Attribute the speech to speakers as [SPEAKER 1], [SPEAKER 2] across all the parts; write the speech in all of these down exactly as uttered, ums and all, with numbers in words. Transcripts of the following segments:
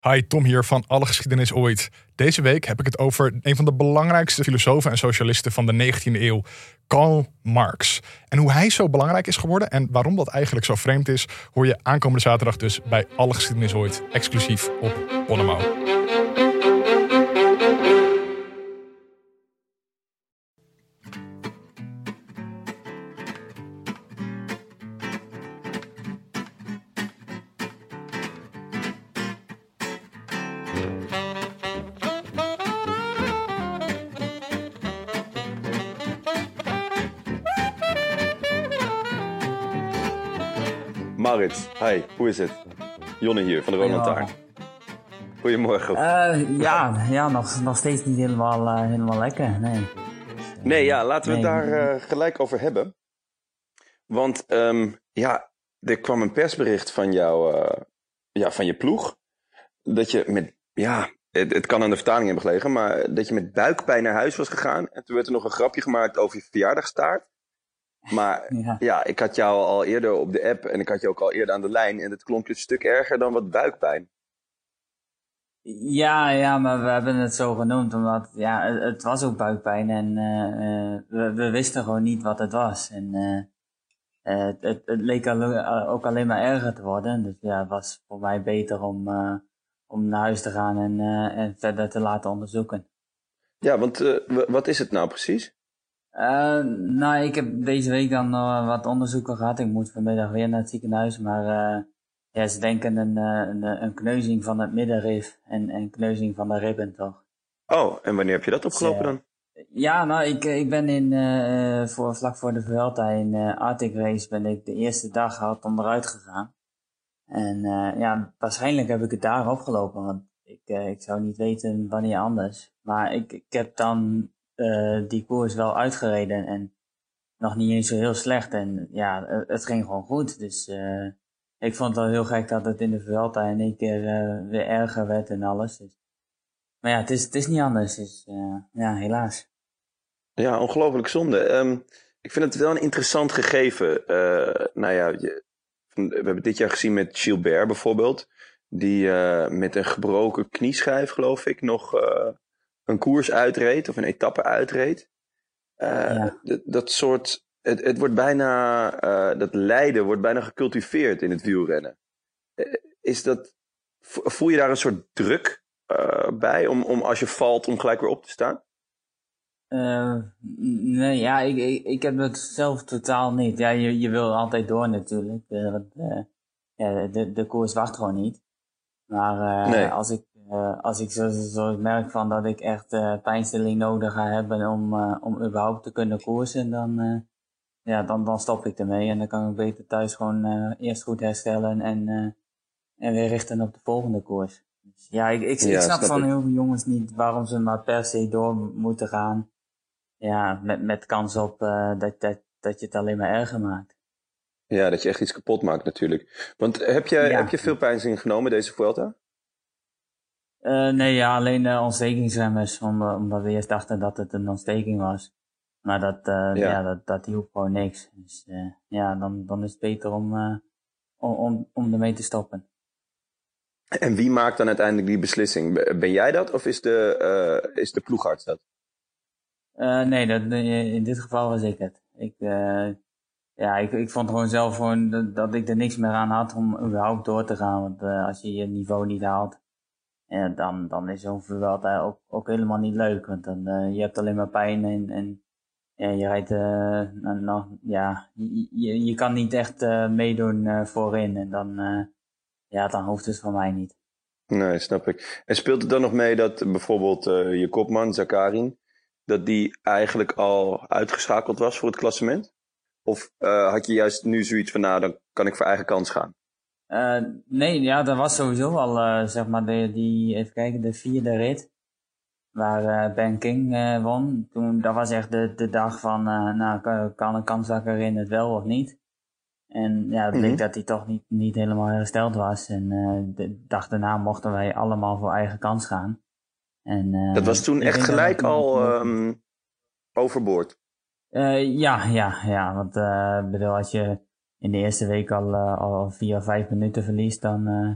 [SPEAKER 1] Hi, Tom hier van Alle Geschiedenis Ooit. Deze week heb ik het over een van de belangrijkste filosofen en socialisten van de negentiende eeuw, Karl Marx. En hoe hij zo belangrijk is geworden en waarom dat eigenlijk zo vreemd is, hoor je aankomende zaterdag dus bij Alle Geschiedenis Ooit, exclusief op Podimo.
[SPEAKER 2] Maurits, hi, hoe is het? Jonne hier van de Rode Lantaarn. Goedemorgen.
[SPEAKER 3] Uh, ja, ja nog, nog steeds niet helemaal, uh, helemaal lekker, nee.
[SPEAKER 2] Nee, ja, laten we
[SPEAKER 3] nee,
[SPEAKER 2] het daar uh, gelijk over hebben. Want um, ja, er kwam een persbericht van jou, uh, ja, van je ploeg. Dat je met, ja, het, het kan aan de vertaling hebben gelegen, maar dat je met buikpijn naar huis was gegaan. En toen werd er nog een grapje gemaakt over je verjaardagstaart. Maar ja. ja, ik had jou al eerder op de app en ik had je ook al eerder aan de lijn. En het klonk een stuk erger dan wat buikpijn.
[SPEAKER 3] Ja, ja, maar we hebben het zo genoemd. Omdat, ja, het, het was ook buikpijn. En uh, uh, we, we wisten gewoon niet wat het was. En uh, uh, het, het, het leek al, uh, ook alleen maar erger te worden. Dus ja, het was voor mij beter om, uh, om naar huis te gaan en, uh, en verder te laten onderzoeken.
[SPEAKER 2] Ja, want uh, wat is het nou precies?
[SPEAKER 3] Uh, nou, ik heb deze week dan uh, wat onderzoeken gehad. Ik moet vanmiddag weer naar het ziekenhuis. Maar uh, ja, ze denken een, een, een kneuzing van het middenrif en een kneuzing van de ribben, toch?
[SPEAKER 2] Oh, en wanneer heb je dat opgelopen dan?
[SPEAKER 3] Uh, ja, nou, ik, ik ben in, uh, voor, vlak voor de Vuelta in uh, Arctic Race ben ik de eerste dag hard onderuit gegaan. En uh, ja, waarschijnlijk heb ik het daar opgelopen, want ik, uh, ik zou niet weten wanneer anders. Maar ik, ik heb dan Uh, die koers wel uitgereden en nog niet eens zo heel slecht. En ja, het, het ging gewoon goed. Dus uh, ik vond het wel heel gek dat het in de Vuelta in één keer uh, weer erger werd en alles. Dus. Maar ja, het is, het is niet anders. Dus uh, ja, helaas.
[SPEAKER 2] Ja, ongelooflijk zonde. Um, ik vind het wel een interessant gegeven. Uh, nou ja, je, we hebben dit jaar gezien met Gilbert bijvoorbeeld. Die uh, met een gebroken knieschijf, geloof ik, nog Uh, een koers uitreed of een etappe uitreed. Uh, ja. d- dat soort, het, het wordt bijna, uh, dat lijden wordt bijna gecultiveerd in het wielrennen. Uh, is dat, voel je daar een soort druk uh, bij om, om als je valt om gelijk weer op te staan?
[SPEAKER 3] Uh, nee, ja, ik, ik, ik heb het zelf totaal niet. Ja, je, je wil altijd door natuurlijk. Uh, want, uh, ja, de, de koers wacht gewoon niet. Maar uh, nee. als ik Uh, als ik zo, zo merk van dat ik echt uh, pijnstilling nodig ga hebben om, uh, om überhaupt te kunnen koersen, dan, uh, ja, dan, dan stop ik ermee. En dan kan ik beter thuis gewoon uh, eerst goed herstellen en, uh, en weer richten op de volgende koers. Dus ja, ik, ik, ja, ik snap, snap van ik. heel veel jongens niet waarom ze maar per se door moeten gaan. Ja, met, met kans op uh, dat, dat, dat je het alleen maar erger maakt.
[SPEAKER 2] Ja, dat je echt iets kapot maakt natuurlijk. Want heb, jij, ja. heb je veel pijnstilling genomen deze Vuelta?
[SPEAKER 3] Uh, nee, ja, alleen uh, ontstekingsremmers, om, uh, omdat we eerst dachten dat het een ontsteking was. Maar dat, uh, ja. Ja, dat, dat hielp gewoon niks. Dus uh, ja, dan, dan is het beter om, uh, om, om, om ermee te stoppen.
[SPEAKER 2] En wie maakt dan uiteindelijk die beslissing? Ben jij dat of is de, uh, is de ploegarts dat?
[SPEAKER 3] Uh, nee, dat, in dit geval was ik het. Ik, uh, ja, ik, ik vond gewoon zelf gewoon dat, dat ik er niks meer aan had om überhaupt door te gaan. Want uh, als je je niveau niet haalt, ja, dan, dan is zo'n Vuelta ook, ook helemaal niet leuk. Want dan, uh, je hebt alleen maar pijn en, en ja, je rijdt, uh, nou, nou, ja, je, je, je kan niet echt uh, meedoen uh, voorin. En dan, uh, ja, dan hoeft het van mij niet.
[SPEAKER 2] Nee, snap ik. En speelt het dan nog mee dat bijvoorbeeld uh, je kopman, Zakarin, dat die eigenlijk al uitgeschakeld was voor het klassement? Of uh, had je juist nu zoiets van, nou, dan kan ik voor eigen kans gaan?
[SPEAKER 3] Uh, nee, ja, dat was sowieso al, uh, zeg maar, de, die, even kijken, de vierde rit. Waar uh, Ben King uh, won. Toen, dat was echt de, de dag van, uh, nou, kan, kan, kan Zakarin het wel of niet? En ja, het bleek mm-hmm. dat hij toch niet, niet helemaal hersteld was. En uh, de dag daarna mochten wij allemaal voor eigen kans gaan. En, uh,
[SPEAKER 2] dat was toen echt gelijk al um, overboord?
[SPEAKER 3] Uh, ja, ja, ja. Want uh, bedoel, als je in de eerste week al, uh, al vier of vijf minuten verliest, dan, uh,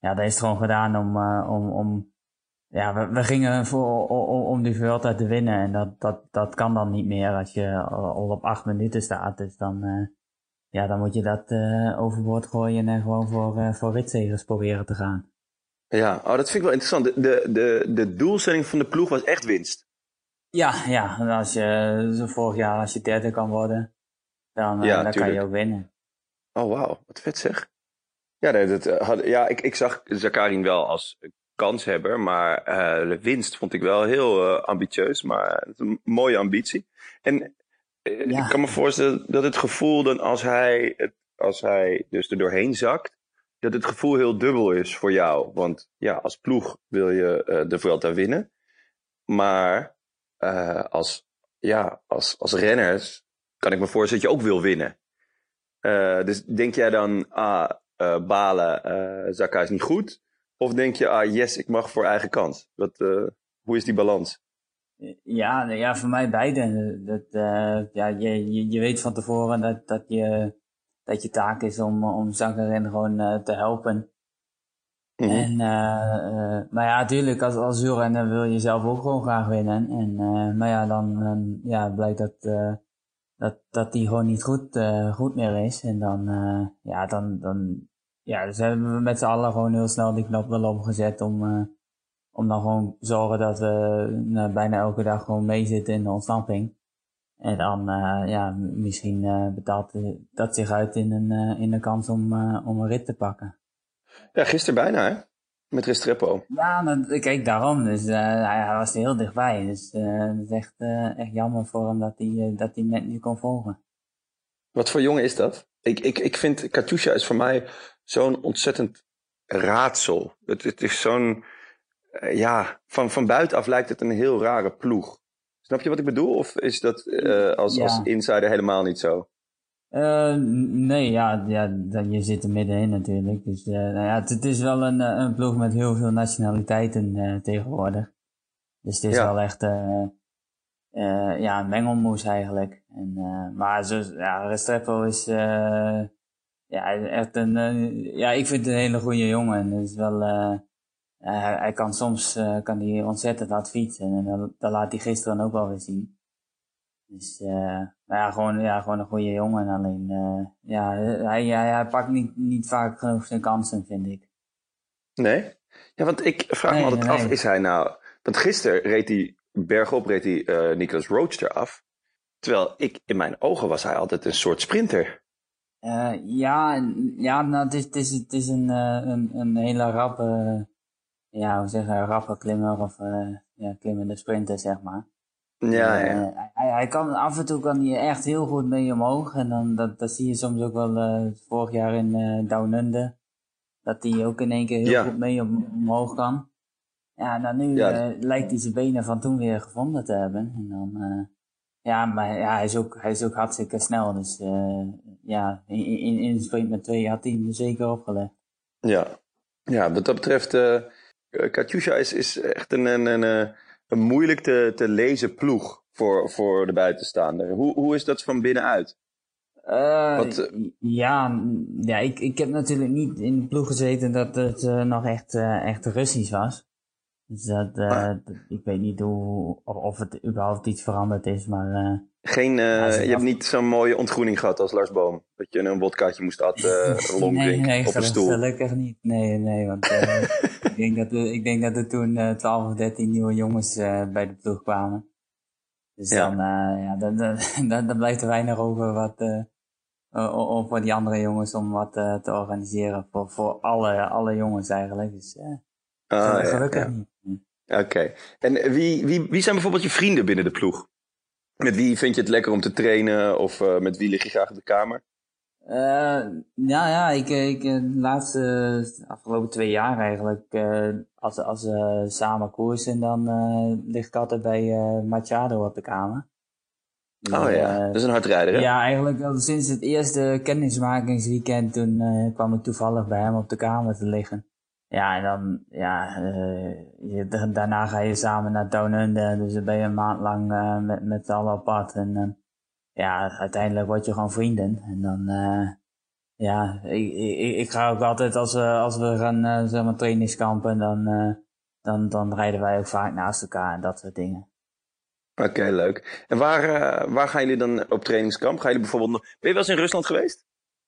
[SPEAKER 3] ja, dat is het gewoon gedaan om, uh, om, om ja, we, we gingen voor, om, om die Vuelta te winnen. En dat, dat, dat kan dan niet meer als je al op acht minuten staat. Dus dan, uh, ja, dan moet je dat uh, overboord gooien en gewoon voor, uh, voor ritzegers proberen te gaan.
[SPEAKER 2] Ja, oh, dat vind ik wel interessant. De, de, de, de doelstelling van de ploeg was echt winst.
[SPEAKER 3] Ja, ja. En als je, zo vorig jaar, als je derde kan worden, dan, uh, ja, dan kan je ook winnen.
[SPEAKER 2] Oh, wauw. Wat vet zeg. Ja, dat, dat, had, ja ik, ik zag Zakharijn wel als kanshebber, maar uh, de winst vond ik wel heel uh, ambitieus, maar het is een mooie ambitie. En uh, ja. ik kan me voorstellen dat het gevoel dan als hij, het, als hij dus er doorheen zakt, dat het gevoel heel dubbel is voor jou. Want ja, als ploeg wil je uh, de Vuelta winnen, maar uh, als, ja, als, als renners kan ik me voorstellen dat je ook wil winnen. Uh, dus denk jij dan, ah, uh, balen, uh, Zakka is niet goed? Of denk je, ah yes, ik mag voor eigen kans? Wat, uh, hoe is die balans?
[SPEAKER 3] Ja, ja, voor mij beide. Dat, uh, ja, je, je, je weet van tevoren dat, dat, je, dat je taak is om, om Zakharin gewoon uh, te helpen. Mm-hmm. En, uh, uh, maar ja, natuurlijk, als, als wielrenner wil je zelf ook gewoon graag winnen. En, uh, maar ja, dan uh, ja, blijkt dat, uh, dat, dat die gewoon niet goed, uh, goed meer is. En dan, uh, ja, dan, dan, ja, dus hebben we met z'n allen gewoon heel snel die knop wel omgezet om, uh, om dan gewoon zorgen dat we uh, bijna elke dag gewoon meezitten in de ontsnapping. En dan, uh, ja, misschien uh, betaalt dat zich uit in een, uh, in een kans om, uh, om een rit te pakken.
[SPEAKER 2] Ja, gisteren bijna, hè? Met Restrepo.
[SPEAKER 3] Ja, nou, kijk, daarom. Dus uh, hij, hij was er heel dichtbij. Dus uh, het is echt, uh, echt jammer voor hem dat hij, uh, dat hij net niet kon volgen.
[SPEAKER 2] Wat voor jongen is dat? Ik, ik, ik vind, Katusha is voor mij zo'n ontzettend raadsel. Het, het is zo'n, uh, ja, van, van buitenaf lijkt het een heel rare ploeg. Snap je wat ik bedoel? Of is dat uh, als, ja. als insider helemaal niet zo?
[SPEAKER 3] Uh, nee, ja, ja, je zit er middenin natuurlijk. Dus uh, nou ja, het, het is wel een, een ploeg met heel veel nationaliteiten uh, tegenwoordig. Dus het is ja. wel echt uh, uh, ja, een mengelmoes eigenlijk. En, uh, maar zo, ja, Restrepo is uh, ja, echt een, uh, ja, ik vind het een hele goede jongen. Het is wel, uh, uh, hij, hij kan soms uh, kan hij ontzettend hard fietsen en dat, dat laat hij gisteren ook wel weer zien. Dus, uh, maar ja, gewoon, ja, gewoon een goede jongen. Alleen, uh, ja, hij, hij, hij pakt niet, niet vaak genoeg zijn kansen, vind ik.
[SPEAKER 2] Nee? Ja, want ik vraag nee, me altijd nee, af, nee. is hij nou... Want gisteren reed hij, bergop reed hij uh, Nicolas Roach eraf. Terwijl ik, in mijn ogen was hij altijd een soort sprinter.
[SPEAKER 3] Uh, ja, ja, nou, het is, het is, het is een, uh, een, een hele rappe, ja, hoe zeg je, rappe klimmer of, uh, ja, klimmende sprinter, zeg maar.
[SPEAKER 2] Ja,
[SPEAKER 3] en,
[SPEAKER 2] ja.
[SPEAKER 3] Uh, hij, hij kan, af en toe kan hij echt heel goed mee omhoog. En dan, dat, dat zie je soms ook wel uh, vorig jaar in uh, Down Under. Dat hij ook in één keer heel ja. goed mee om, omhoog kan. Ja, nou nu ja. uh, lijkt hij zijn benen van toen weer gevonden te hebben. En dan, uh, ja, maar ja, hij is ook, hij is ook hartstikke snel. Dus uh, ja, in, in, in de sprint met twee had hij hem zeker opgelegd.
[SPEAKER 2] Ja, ja wat dat betreft, uh, Katusha is, is echt een... een, een een moeilijk te, te lezen ploeg voor, voor de buitenstaander. Hoe, hoe is dat van binnenuit?
[SPEAKER 3] Uh, Wat, uh, ja, ja ik, ik heb natuurlijk niet in de ploeg gezeten dat het uh, nog echt, uh, echt Russisch was. Dus dat, uh, ah. dat, ik weet niet hoe, of, of het überhaupt iets veranderd is, maar... Uh,
[SPEAKER 2] Geen, uh, ja, je af... hebt niet zo'n mooie ontgroening gehad als Lars Boom? Dat je een wodkaatje moest atten, uh, long
[SPEAKER 3] nee,
[SPEAKER 2] drink
[SPEAKER 3] nee,
[SPEAKER 2] op een stoel?
[SPEAKER 3] Nee, gelukkig niet. Nee, nee, want uh, ik, denk dat er, ik denk dat er toen uh, twaalf of dertien nieuwe jongens uh, bij de ploeg kwamen. Dus ja. dan, uh, ja, dan, dan, dan, dan blijft er weinig over wat, uh, uh, voor die andere jongens om wat uh, te organiseren. Voor, voor alle, alle jongens eigenlijk. Dus uh, ah, gelukkig ja, ja. niet.
[SPEAKER 2] Oké. Okay. En wie, wie, wie zijn bijvoorbeeld je vrienden binnen de ploeg? Met wie vind je het lekker om te trainen? Of uh, met wie lig je graag op de kamer?
[SPEAKER 3] Uh, ja, ja, ik, ik de laatste, de afgelopen twee jaar eigenlijk, uh, als, als we uh, samen koersen, dan uh, lig ik altijd bij uh, Machado op de kamer.
[SPEAKER 2] Dus, oh ja, uh, dat is een hardrijder, hè?
[SPEAKER 3] Ja, eigenlijk al sinds het eerste kennismakingsweekend, toen uh, kwam ik toevallig bij hem op de kamer te liggen. Ja, en dan, ja, uh, je, daarna ga je samen naar Down Under, dus dan ben je een maand lang uh, met, met z'n allen op pad. En uh, ja, uiteindelijk word je gewoon vrienden. En dan, uh, ja, ik, ik, ik ga ook altijd als we, als we gaan uh, zeg maar trainingskampen, dan, uh, dan, dan rijden wij ook vaak naast elkaar en dat soort dingen.
[SPEAKER 2] Oké, okay, leuk. En waar, uh, waar gaan jullie dan op trainingskamp? Gaan jullie bijvoorbeeld nog... Ben je wel eens in Rusland geweest?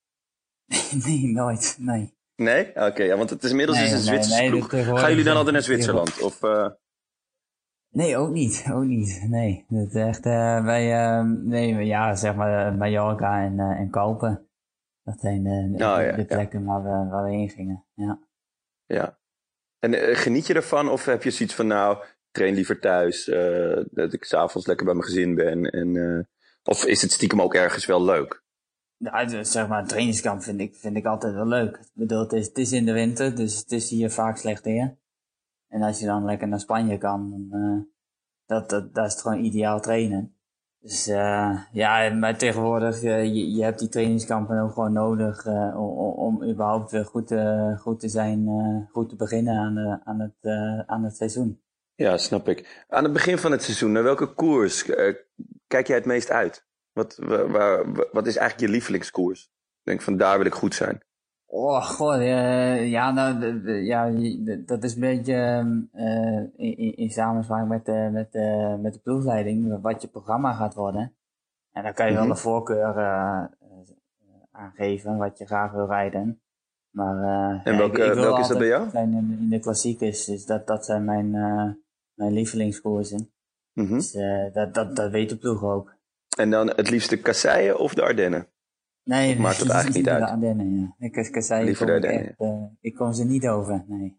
[SPEAKER 3] Nee, nooit, nee.
[SPEAKER 2] Nee? Oké, okay, ja, want het is inmiddels nee, is een nee, Zwitserse nee, ploeg. Gaan jullie dan altijd naar Zwitserland? Of, uh...
[SPEAKER 3] Nee, ook niet. Ook niet. Nee. Het echt, uh, wij, uh, nee, ja, zeg maar Mallorca en, uh, en Kopen. Dat zijn de, de, oh, ja, de plekken ja. waar, we, waar we heen gingen. Ja.
[SPEAKER 2] Ja. En uh, geniet je ervan? Of heb je zoiets van, nou, train liever thuis. Uh, dat ik 's avonds lekker bij mijn gezin ben. En, uh, of is het stiekem ook ergens wel leuk?
[SPEAKER 3] Ja, dus zeg maar, een trainingskamp vind ik, vind ik altijd wel leuk. Ik bedoel, het is, het is in de winter, dus het is hier vaak slecht weer. En als je dan lekker naar Spanje kan, dan, uh, dat, dat, dat is het gewoon ideaal trainen. Dus uh, ja, maar tegenwoordig, uh, je, je hebt die trainingskampen ook gewoon nodig uh, om, om überhaupt weer goed, uh, goed te zijn, uh, goed te beginnen aan, de, aan, het, uh, aan het seizoen.
[SPEAKER 2] Ja, snap ik. Aan het begin van het seizoen, naar welke koers uh, kijk jij het meest uit? Wat, waar, waar, wat is eigenlijk je lievelingskoers? Ik denk van, daar wil ik goed zijn.
[SPEAKER 3] Oh, god, uh, ja, nou, de, de, ja, de, dat is een beetje uh, in, in samenspraak met de, met, de, met de ploegleiding, wat je programma gaat worden. En dan kan je mm-hmm. wel een voorkeur uh, aangeven, wat je graag wil rijden. Maar, uh,
[SPEAKER 2] en welke,
[SPEAKER 3] ja, ik, ik
[SPEAKER 2] welke is dat bij jou?
[SPEAKER 3] Zijn in, in de klassiekers, dus dat, dat zijn mijn, uh, mijn lievelingskoersen. Mm-hmm. Dus uh, dat, dat, dat weet de ploeg ook.
[SPEAKER 2] En dan het liefste Kasseien of de Ardennen?
[SPEAKER 3] Nee,
[SPEAKER 2] of maakt het eigenlijk niet uit?
[SPEAKER 3] De Ardennen, ja. Ik, Kasseien
[SPEAKER 2] liever de Ardennen,
[SPEAKER 3] echt, uh, ik kom ze niet over, nee.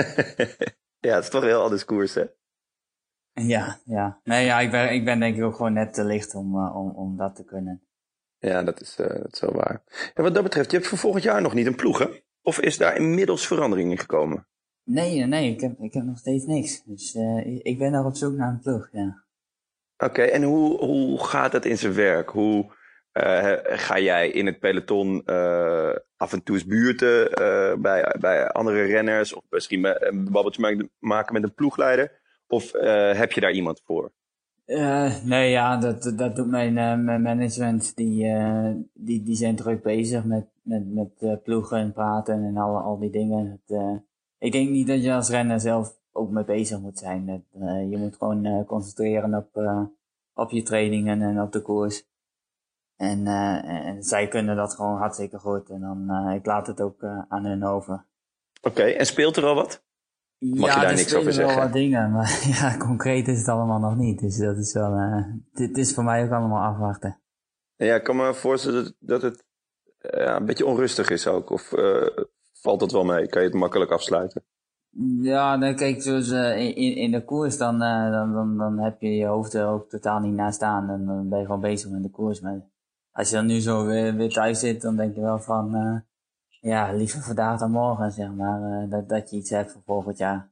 [SPEAKER 2] Ja, het is toch een heel anders koers, hè?
[SPEAKER 3] Ja, ja. Nee, ja, ik ben, ik ben denk ik ook gewoon net te licht om, uh, om, om dat te kunnen.
[SPEAKER 2] Ja, dat is, uh, dat is wel waar. En wat dat betreft, je hebt voor volgend jaar nog niet een ploeg, hè? Of is daar inmiddels verandering in gekomen?
[SPEAKER 3] Nee, nee, ik heb, ik heb nog steeds niks. Dus uh, ik ben nog op zoek naar een ploeg, ja.
[SPEAKER 2] Oké, okay, en hoe, hoe gaat dat in zijn werk? Hoe uh, ga jij in het peloton uh, af en toe eens buurten uh, bij, bij andere renners? Of misschien een babbeltje maken met een ploegleider? Of uh, heb je daar iemand voor?
[SPEAKER 3] Uh, nee, ja, dat, dat doet mijn, uh, mijn management. Die, uh, die, die zijn druk bezig met, met, met uh, ploegen en praten en al, al die dingen. Het, uh, ik denk niet dat je als renner zelf ook mee bezig moet zijn. Dat, uh, je moet gewoon uh, concentreren op, uh, op je trainingen en op de koers. En, uh, en zij kunnen dat gewoon hartstikke goed. En dan uh, ik laat het ook uh, aan hun over.
[SPEAKER 2] Oké, okay, en speelt er al wat? Mag
[SPEAKER 3] ja,
[SPEAKER 2] je daar niks over zeggen?
[SPEAKER 3] Ja, er spelen wel wat dingen, maar ja, concreet is het allemaal nog niet. Dus dat is wel, uh, dit is voor mij ook allemaal afwachten.
[SPEAKER 2] Ja, ik kan me voorstellen dat, dat het uh, een beetje onrustig is ook. Of uh, valt dat wel mee? Kan je het makkelijk afsluiten?
[SPEAKER 3] Ja, dan kijk, zoals uh, in, in de koers, dan, uh, dan, dan, dan heb je je hoofd er ook totaal niet naast staan. En dan ben je gewoon bezig met de koers. Maar als je dan nu zo weer, weer thuis zit, dan denk je wel van... Uh, ja, liever vandaag dan morgen, zeg maar. Uh, dat, dat je iets hebt voor volgend jaar.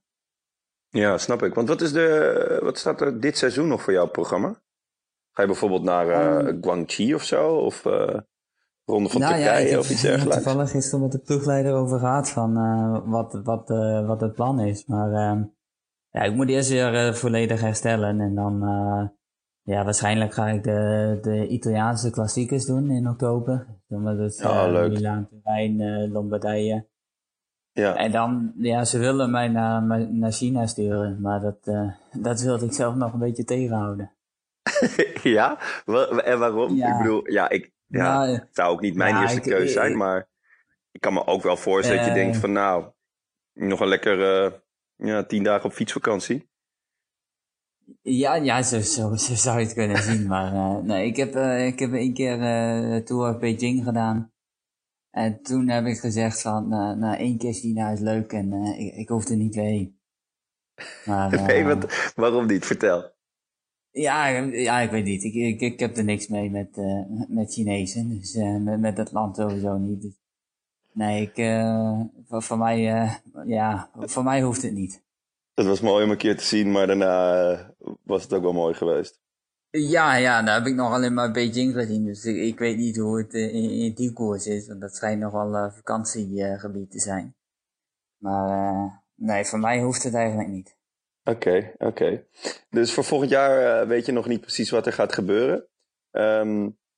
[SPEAKER 2] Ja, snap ik. Want wat, is de, wat staat er dit seizoen nog voor jouw programma? Ga je bijvoorbeeld naar uh, um, Guangxi of zo? Of uh, Ronde van
[SPEAKER 3] nou,
[SPEAKER 2] Turkije
[SPEAKER 3] ja,
[SPEAKER 2] of iets dergelijks?
[SPEAKER 3] Ik heb toevallig gisteren met de ploegleider over gehad van uh, wat, wat, uh, wat het plan is. Maar uh, ja, ik moet eerst weer uh, volledig herstellen. En dan, uh, ja, waarschijnlijk ga ik de, de Italiaanse klassiekers doen in oktober. Dat is uh,
[SPEAKER 2] oh, leuk.
[SPEAKER 3] Milaan, Turijn, uh, Lombardije.
[SPEAKER 2] Ja.
[SPEAKER 3] En dan, ja, ze willen mij naar, naar China sturen. Maar dat, uh, dat wilde ik zelf nog een beetje tegenhouden.
[SPEAKER 2] Ja? En waarom?
[SPEAKER 3] Ja.
[SPEAKER 2] Ik bedoel, ja, ik ja,
[SPEAKER 3] nou,
[SPEAKER 2] het zou ook niet mijn
[SPEAKER 3] ja,
[SPEAKER 2] eerste
[SPEAKER 3] ik,
[SPEAKER 2] keuze zijn,
[SPEAKER 3] ik,
[SPEAKER 2] maar ik kan me ook wel voorstellen uh, dat je denkt van nou, nog een lekker uh, ja, tien dagen op fietsvakantie.
[SPEAKER 3] Ja, ja zo, zo, zo zou je het kunnen zien. Maar uh, nee, ik heb, uh, ik heb een keer uh, Tour Beijing gedaan. En toen heb ik gezegd van, uh, nou, één keer China is leuk en uh, ik, ik hoef er niet weer heen. Maar, uh,
[SPEAKER 2] nee, wat, waarom niet? Vertel.
[SPEAKER 3] Ja, ja, ik weet niet. Ik, ik, ik heb er niks mee met, uh, met Chinezen. Dus uh, met, met dat land sowieso niet. Dus, nee, ik, uh, voor, voor mij, uh, ja, voor mij hoeft het niet.
[SPEAKER 2] Het was mooi om een keer te zien, maar daarna uh, was het ook wel mooi geweest.
[SPEAKER 3] Ja, ja, daar heb ik nog alleen maar Beijing gezien. Dus ik, ik weet niet hoe het uh, in, in die koers is. Want dat schijnt nog wel uh, vakantiegebied uh, te zijn. Maar uh, nee, voor mij hoeft het eigenlijk niet.
[SPEAKER 2] Oké, okay, oké. Okay. Dus voor volgend jaar uh, weet je nog niet precies wat er gaat gebeuren. Um,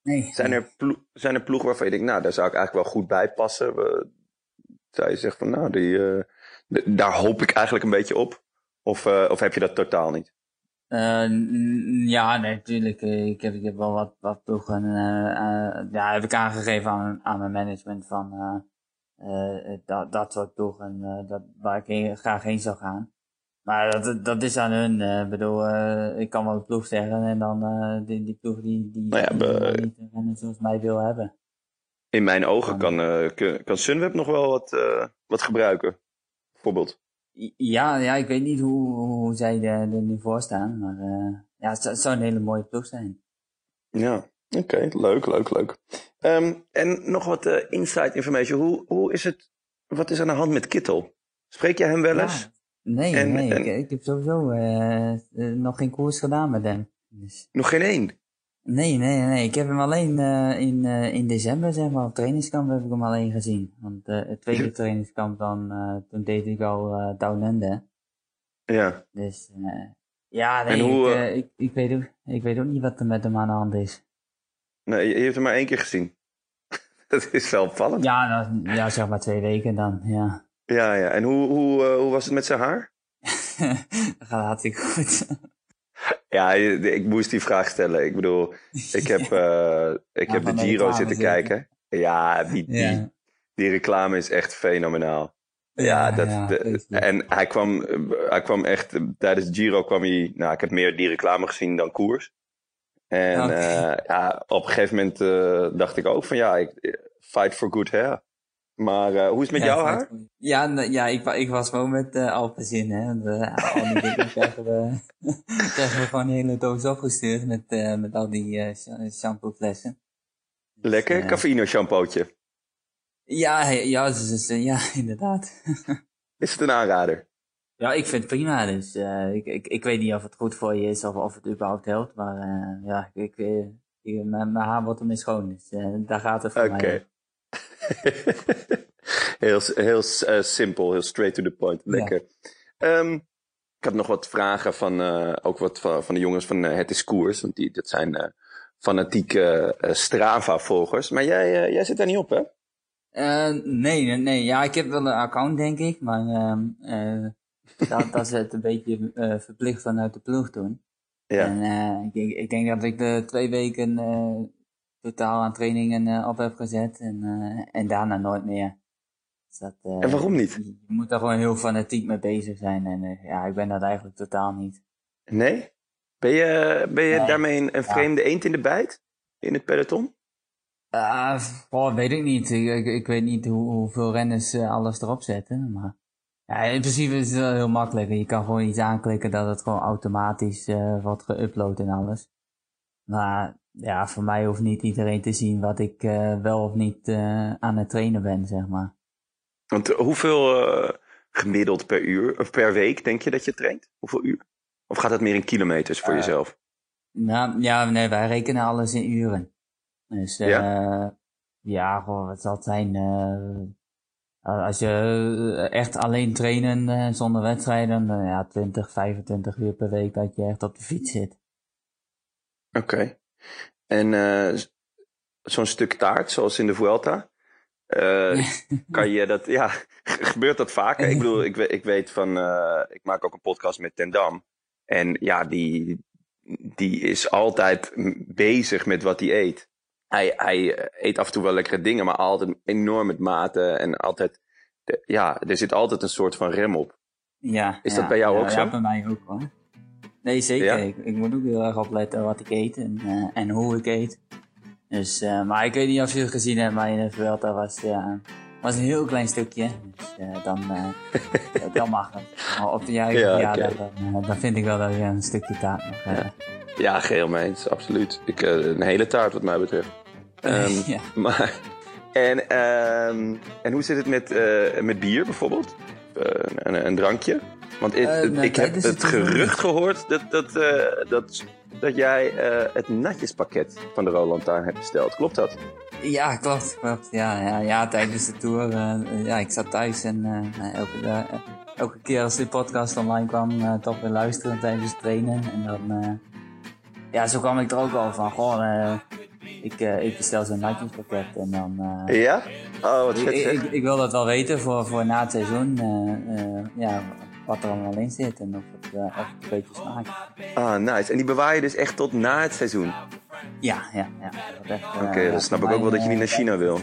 [SPEAKER 3] Nee.
[SPEAKER 2] Zijn er, plo- zijn er ploegen waarvan je denkt, nou, daar zou ik eigenlijk wel goed bij passen? We, zou je zeggen van, nou, die, uh, d- daar hoop ik eigenlijk een beetje op? Of, uh, of heb je dat totaal niet?
[SPEAKER 3] Uh, n- ja, nee, natuurlijk. Ik heb, ik heb wel wat, wat ploegen. Uh, uh, ja, heb ik aangegeven aan, aan mijn management van uh, uh, dat, dat soort ploegen uh, dat, waar ik heen, graag heen zou gaan. Maar dat, dat is aan hun. Ik uh, bedoel, uh, ik kan wel een ploeg zeggen en dan uh, die, die ploeg die, die,
[SPEAKER 2] nou ja,
[SPEAKER 3] die
[SPEAKER 2] be-
[SPEAKER 3] niet rennen zoals mij wil hebben.
[SPEAKER 2] In mijn ogen
[SPEAKER 3] Dan,
[SPEAKER 2] kan, uh, kan Sunweb nog wel wat, uh, wat gebruiken, bijvoorbeeld.
[SPEAKER 3] Ja, ja, ik weet niet hoe, hoe zij er, er nu voor staan, maar uh, ja, het zou, het zou een hele mooie ploeg zijn.
[SPEAKER 2] Ja, oké, okay, leuk, leuk, leuk. Um, en nog wat uh, inside information. Hoe, hoe is het, wat is aan de hand met Kittel? Spreek jij hem wel eens?
[SPEAKER 3] Ja, nee,
[SPEAKER 2] en,
[SPEAKER 3] nee,
[SPEAKER 2] en...
[SPEAKER 3] Ik, ik heb sowieso uh, uh, nog geen koers gedaan met hem. Dus...
[SPEAKER 2] Nog geen één?
[SPEAKER 3] Nee, nee, nee. Ik heb hem alleen uh, in, uh, in december, zeg maar, op trainingskamp heb ik hem alleen gezien. Want uh, het tweede trainingskamp dan, uh, toen deed ik al uh, Downende.
[SPEAKER 2] Ja.
[SPEAKER 3] Dus, uh, ja, nee,
[SPEAKER 2] hoe,
[SPEAKER 3] ik, uh, ik, ik, weet ook, ik weet ook niet wat er met hem aan de hand is.
[SPEAKER 2] Nee, je hebt hem maar één keer gezien. Dat is wel opvallend.
[SPEAKER 3] Ja, nou, ja, zeg maar twee weken dan, ja.
[SPEAKER 2] Ja, ja. En hoe, hoe, uh, hoe was het met zijn haar?
[SPEAKER 3] Dat gaat hartstikke goed.
[SPEAKER 2] Ja, ik moest die vraag stellen. Ik bedoel, ik heb, uh, ik
[SPEAKER 3] ja,
[SPEAKER 2] heb de Giro zitten zeker. kijken. Ja, die, die, ja, die reclame is echt fenomenaal. Ja, ja, dat, ja de, en hij kwam, hij kwam echt, tijdens de Giro kwam hij, nou, ik heb meer die reclame gezien dan koers. En okay. uh, ja, op een gegeven moment uh, dacht ik ook van ja, ik, fight for good hair. Maar uh, hoe is het met ja, jouw haar?
[SPEAKER 3] Ja, ja ik, ik was gewoon met uh, Alpecin, hè. De, al die dingen krijgen we, krijgen we gewoon een hele doos opgestuurd met, uh, met al die uh, shampooflessen.
[SPEAKER 2] Lekker,
[SPEAKER 3] dus, uh,
[SPEAKER 2] Cafeïno shampoootje.
[SPEAKER 3] Ja, ja, dus, uh, ja, inderdaad.
[SPEAKER 2] Is het een aanrader?
[SPEAKER 3] Ja, ik vind het prima. Dus uh, ik, ik, ik weet niet of het goed voor je is of, of het überhaupt helpt. Maar uh, ja, ik, ik, ik, mijn, mijn haar wordt ermee schoon. Dus uh, daar gaat het voor
[SPEAKER 2] okay. mij. Oké. heel heel uh, simpel, heel straight to the point. Lekker. Ja. Um, ik had nog wat vragen van, uh, ook wat van, van de jongens van uh, Het is Koers. Want die, dat zijn uh, fanatieke uh, Strava-volgers. Maar jij, uh, jij zit daar niet op, hè?
[SPEAKER 3] Uh, nee, nee. Ja, ik heb wel een account, denk ik. Maar uh, uh, dat, dat is het een beetje uh, verplicht vanuit de ploeg toen. Ja. En uh, ik, ik denk dat ik de twee weken uh, totaal aan trainingen uh, op heb gezet. En, uh, en daarna nooit meer. Dus dat, uh,
[SPEAKER 2] en waarom niet?
[SPEAKER 3] Je, je moet daar gewoon heel fanatiek mee bezig zijn. En uh, ja, ik ben dat eigenlijk totaal niet.
[SPEAKER 2] Nee? Ben je, ben je nee. daarmee een, een vreemde ja. eend in de bijt? In het peloton?
[SPEAKER 3] Uh, oh, weet ik niet. Ik, ik, ik weet niet hoe, hoeveel renners uh, alles erop zetten. Maar ja, in principe is het wel heel makkelijk. Je kan gewoon iets aanklikken dat het gewoon automatisch uh, wordt geüpload en alles. Maar ja, voor mij hoeft niet iedereen te zien wat ik uh, wel of niet uh, aan het trainen ben, zeg maar.
[SPEAKER 2] Want hoeveel uh, gemiddeld per uur of per week denk je dat je traint? Hoeveel uur? Of gaat het meer in kilometers voor uh, jezelf?
[SPEAKER 3] Nou ja, nee, wij rekenen alles in uren. Dus uh, ja, ja goh, wat zal het zijn? Uh, als je echt alleen trainen uh, zonder wedstrijden, dan uh, ja, twintig, vijfentwintig uur per week dat je echt op de fiets zit.
[SPEAKER 2] Oké. Okay. En uh, zo'n stuk taart, zoals in de Vuelta, uh, kan je dat, ja, gebeurt dat vaker? Ik bedoel, ik, ik weet van, uh, ik maak ook een podcast met Ten Dam. En ja, die, die is altijd bezig met wat hij eet. Hij, hij eet af en toe wel lekkere dingen, maar altijd enorm met mate. En altijd, de, ja, er zit altijd een soort van rem op.
[SPEAKER 3] Ja.
[SPEAKER 2] Is
[SPEAKER 3] ja,
[SPEAKER 2] dat bij jou
[SPEAKER 3] ja,
[SPEAKER 2] ook zo?
[SPEAKER 3] Ja, bij mij ook hoor. Nee, zeker. Ja? Ik, ik moet ook heel erg opletten wat ik eet en, uh, en hoe ik eet. Dus, uh, maar ik weet niet of je het gezien hebt, maar in de Vuelta was, uh, was een heel klein stukje. Dus uh, dan, uh, dan mag het. Maar op de jarige ja, verjaardag, okay. dan, uh, dan vind ik wel dat je een stukje taart mag hebben.
[SPEAKER 2] Ja. Ja, geheel mee eens, absoluut. Ik, uh, een hele taart wat mij betreft. Um, ja. Maar, en, um, en hoe zit het met, uh, met bier bijvoorbeeld? Uh, een, een drankje? Want it, uh, nou, ik heb het, het gerucht gehoord dat, dat, uh, dat, dat jij uh, het natjespakket van de Roland Lantaarn hebt besteld. Klopt dat?
[SPEAKER 3] Ja, klopt. klopt. Ja, ja, ja, tijdens de tour. Uh, ja, ik zat thuis en uh, elke, uh, elke keer als die podcast online kwam, uh, toch weer luisteren tijdens het trainen. En dan... Uh, Ja, zo kwam ik er ook al van. Goh, uh, ik, uh, ik bestel zo'n natjespakket en dan... Uh,
[SPEAKER 2] ja? Oh, wat vet
[SPEAKER 3] ik,
[SPEAKER 2] zeg.
[SPEAKER 3] Ik, ik wil dat wel weten voor, voor na het seizoen. Uh, uh, ja, wat er allemaal in zit en of het, uh, of het een beetje smaakt.
[SPEAKER 2] Ah, nice. En die bewaar je dus echt tot na het seizoen?
[SPEAKER 3] Ja, ja, ja.
[SPEAKER 2] Oké, okay, uh, dan snap ik ook wel dat je niet naar China wil.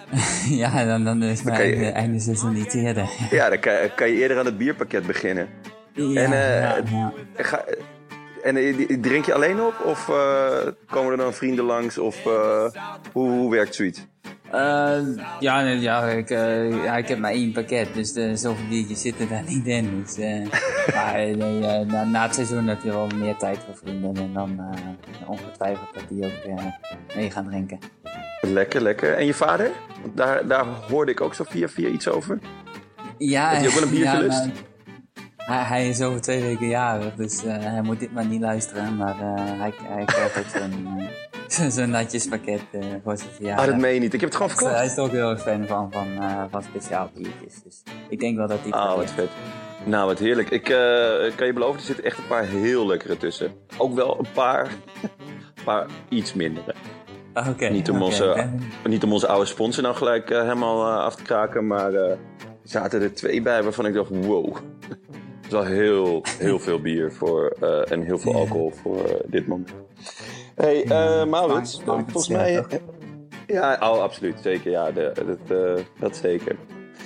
[SPEAKER 3] Ja, dan, dan is het einde, einde seizoen niet eerder.
[SPEAKER 2] Ja, dan kan, kan je eerder aan het bierpakket beginnen.
[SPEAKER 3] Ja,
[SPEAKER 2] en, uh,
[SPEAKER 3] ja, ja.
[SPEAKER 2] Ga, en uh, drink je alleen op? Of uh, komen er dan vrienden langs? Of uh, hoe, hoe werkt zoiets?
[SPEAKER 3] Uh, ja, ja, ik, uh, ja, ik heb maar één pakket, dus uh, zoveel biertjes zitten daar niet in. Dus, uh, maar uh, uh, na, na het seizoen heb je wel meer tijd voor vrienden en dan uh, ongetwijfeld dat die ook uh, mee gaan drinken.
[SPEAKER 2] Lekker, lekker. En je vader? Daar, daar hoorde ik ook zo via via iets over.
[SPEAKER 3] Ja,
[SPEAKER 2] heb je ook wel een biertje
[SPEAKER 3] ja,
[SPEAKER 2] lust?
[SPEAKER 3] Hij, hij is over twee weken jarig, dus uh, hij moet dit maar niet luisteren. Maar uh, hij, hij krijgt ook zo'n uh, zo'n natjespakket uh, voor zijn verjaardag.
[SPEAKER 2] Ah, dat meen je niet. Ik heb het gewoon
[SPEAKER 3] dus,
[SPEAKER 2] verklapt.
[SPEAKER 3] Uh, hij is er ook heel erg fan van, van, uh, van speciaal biertjes. Dus ik denk wel dat hij...
[SPEAKER 2] Ah, wat vet. Nou, wat heerlijk. Ik uh, kan je beloven, er zitten echt een paar heel lekkere tussen. Ook wel een paar, een paar iets mindere.
[SPEAKER 3] Okay,
[SPEAKER 2] niet, om
[SPEAKER 3] okay,
[SPEAKER 2] onze,
[SPEAKER 3] okay.
[SPEAKER 2] niet om onze oude sponsor nou gelijk uh, helemaal uh, af te kraken, maar er uh, zaten er twee bij waarvan ik dacht, wow. Het is wel heel, heel veel bier voor, uh, en heel veel alcohol voor uh, dit moment. Hey, uh, Maurits, volgens mij... Uh, ja, oh, absoluut, zeker. Ja, de, dat, uh, dat zeker.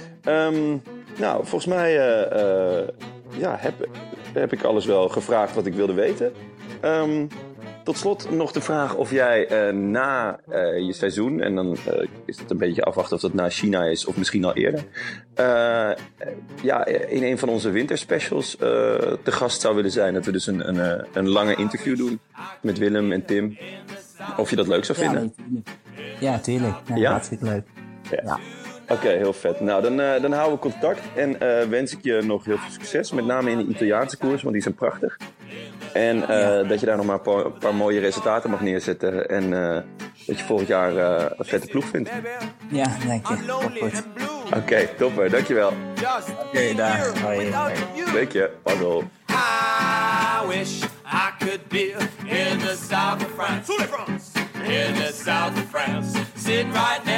[SPEAKER 2] Um, nou, volgens mij uh, uh, ja, heb, heb ik alles wel gevraagd wat ik wilde weten. Um, Tot slot nog de vraag of jij uh, na uh, je seizoen, en dan uh, is het een beetje afwachten of dat na China is of misschien al eerder, uh, ja, in een van onze winterspecials uh, te gast zou willen zijn. Dat we dus een, een, een lange interview doen met Willem en Tim. Of je dat leuk zou vinden?
[SPEAKER 3] Ja, ja tuurlijk. Ja,
[SPEAKER 2] ja?
[SPEAKER 3] Hartstikke leuk.
[SPEAKER 2] Ja. Ja. Oké, okay, heel vet. Nou, dan, uh, dan houden we contact en uh, wens ik je nog heel veel succes. Met name in de Italiaanse koers, want die zijn prachtig. En uh, ja. dat je daar nog maar een paar, een paar mooie resultaten mag neerzetten. En uh, dat je volgend jaar uh, een vette ploeg vindt.
[SPEAKER 3] Ja, dank je. Goed.
[SPEAKER 2] Oké, okay, topper. Dankjewel.
[SPEAKER 3] Oké, okay, dag. Hoi.
[SPEAKER 2] Dank je. Pardon.
[SPEAKER 4] I wish I could be in the south of France. In the south of France. Sitting right now.